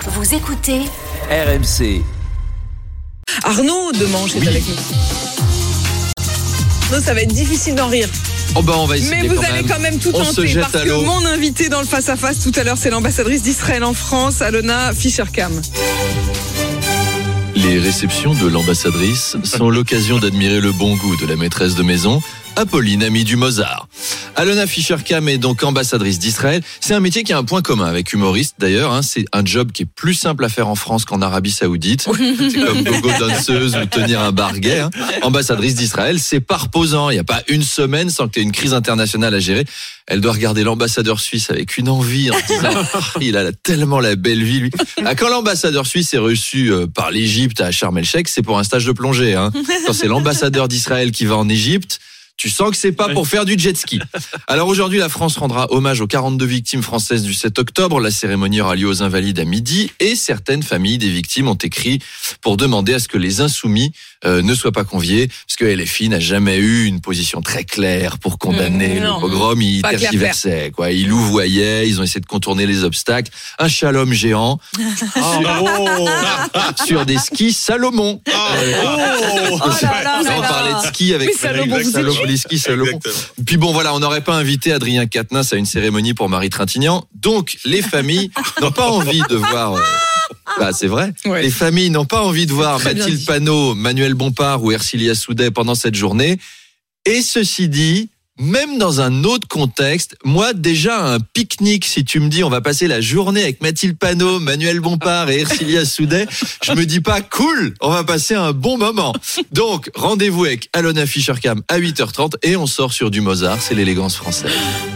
Vous écoutez RMC. Arnaud Demanche est avec nous. Arnaud, ça va être difficile d'en rire. Oh ben on va essayer. Mais vous allez quand même tout On se tenter jette parce à l'eau. que mon invité dans le face-à-face tout à l'heure, c'est l'ambassadrice d'Israël en France, Alona Fischer-Kam. Les réceptions de l'ambassadrice sont l'occasion d'admirer le bon goût de la maîtresse de maison, Apolline, amie du Mozart. Alona Fischer-Kam est donc ambassadrice d'Israël. C'est un métier qui a un point commun avec humoriste d'ailleurs. C'est un job qui est plus simple à faire en France qu'en Arabie Saoudite. C'est comme gogo danseuse ou tenir un bar gay. Ambassadrice d'Israël, c'est pas reposant. Il n'y a pas une semaine sans que tu aies une crise internationale à gérer. Elle doit regarder l'ambassadeur suisse avec une envie en se disant il a tellement la belle vie lui. Quand l'ambassadeur suisse est reçu par l'Égypte à Sharm el-Sheikh, c'est pour un stage de plongée. Quand c'est l'ambassadeur d'Israël qui va en Égypte, tu sens que c'est pas pour faire du jet ski. Alors aujourd'hui, la France rendra hommage aux 42 victimes françaises du 7 octobre. La cérémonie aura lieu aux Invalides à midi et certaines familles des victimes ont écrit pour demander à ce que les insoumis ne soient pas conviés parce que LFI n'a jamais eu une position très claire pour condamner le pogrom. Ils tergiversaient, quoi. Ils louvoyaient, ils ont essayé de contourner les obstacles. Un shalom géant sur des skis Salomon. On parlait de ski avec les skis Salomon. Puis bon, voilà, on n'aurait pas invité Adrien Quatennens à une cérémonie pour Marie Trintignant. Donc, les familles n'ont pas envie de voir... c'est vrai. Ouais. Les familles n'ont pas envie de voir Mathilde Panot, Manuel Bompard ou Ercilia Soudet pendant cette journée. Et ceci dit, même dans un autre contexte, moi déjà un pique-nique, si tu me dis on va passer la journée avec Mathilde Panot, Manuel Bompard et Ercilia Soudet, je me dis pas cool, on va passer un bon moment. Donc rendez-vous avec Alona Fischer-Kam à 8h30 et on sort sur du Mozart, c'est l'élégance française.